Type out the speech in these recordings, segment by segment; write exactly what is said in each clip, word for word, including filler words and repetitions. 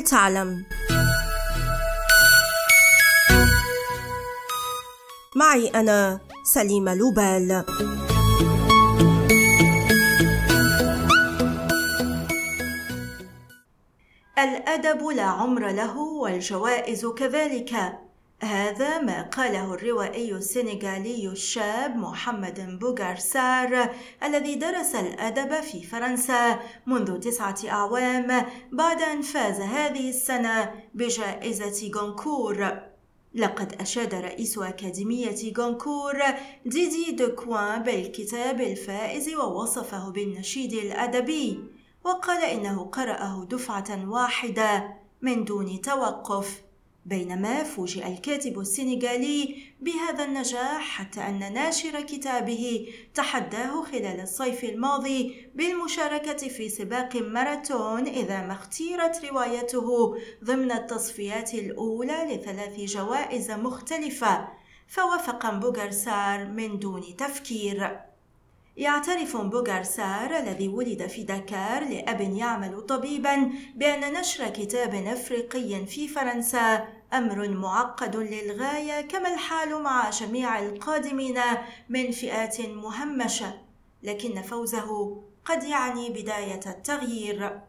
تعلم؟ معي أنا سليمة لوبال. الأدب لا عمر له والجوائز كذلك، هذا ما قاله الروائي السنغالي الشاب محمد بوغار سار الذي درس الأدب في فرنسا منذ تسعة أعوام بعد أن فاز هذه السنة بجائزة غونكور. لقد أشاد رئيس أكاديمية غونكور ديدي دكوان بالكتاب الفائز ووصفه بالنشيد الأدبي، وقال إنه قرأه دفعة واحدة من دون توقف، بينما فوجئ الكاتب السنغالي بهذا النجاح حتى أن ناشر كتابه تحداه خلال الصيف الماضي بالمشاركة في سباق ماراثون إذا ما اختيرت روايته ضمن التصفيات الأولى لثلاث جوائز مختلفة، فوافق بوغار سار من دون تفكير. يعترف بوغار سار الذي ولد في دكار لأب يعمل طبيبا بأن نشر كتاب أفريقي في فرنسا أمر معقد للغاية، كما الحال مع جميع القادمين من فئات مهمشة، لكن فوزه قد يعني بداية التغيير.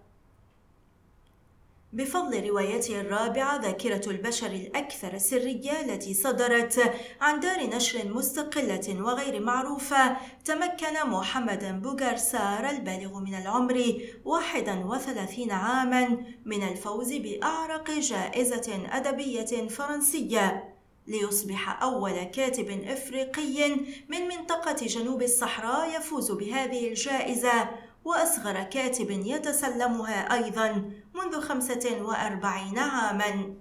بفضل روايته الرابعة ذاكرة البشر الأكثر سرية التي صدرت عن دار نشر مستقلة وغير معروفة، تمكن محمد بوغار سار البالغ من العمر واحد وثلاثين عاما من الفوز بأعرق جائزة أدبية فرنسية، ليصبح أول كاتب إفريقي من منطقة جنوب الصحراء يفوز بهذه الجائزة، وأصغر كاتب يتسلمها أيضا منذ خمسة وأربعين عاما.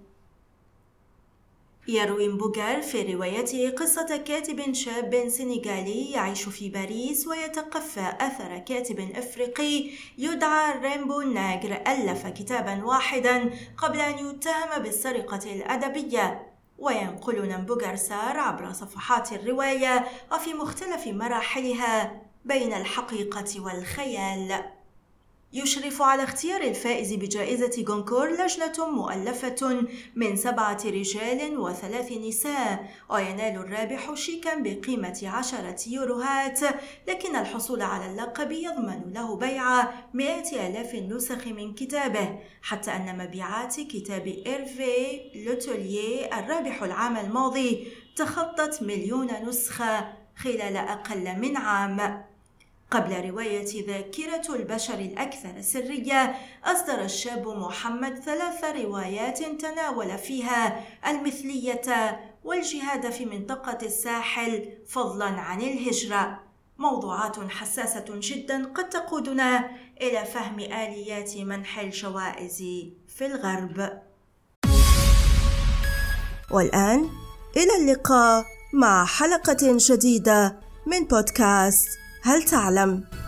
يروي بوغار في روايته قصة كاتب شاب سنغالي يعيش في باريس ويتقفى أثر كاتب أفريقي يدعى ريمبو ناغر ألف كتابا واحدا قبل أن يتهم بالسرقة الأدبية. وينقلنا بوغار سار عبر صفحات الرواية وفي مختلف مراحلها بين الحقيقة والخيال. يشرف على اختيار الفائز بجائزة غونكور لجنة مؤلفة من سبعة رجال وثلاث نساء، وينال الرابح شيكا بقيمة عشرة يوروهات، لكن الحصول على اللقب يضمن له بيع مئة آلاف نسخ من كتابه، حتى أن مبيعات كتاب إيرفي لوتولييه الرابح العام الماضي تخطت مليون نسخة خلال أقل من عام. قبل رواية ذاكرة البشر الأكثر سرية، أصدر الشاب محمد ثلاث روايات تناول فيها المثلية والجهاد في منطقة الساحل فضلا عن الهجرة، موضوعات حساسة جدا قد تقودنا إلى فهم آليات منح الجوائز في الغرب. والآن إلى اللقاء مع حلقة جديدة من بودكاست هل تعلم؟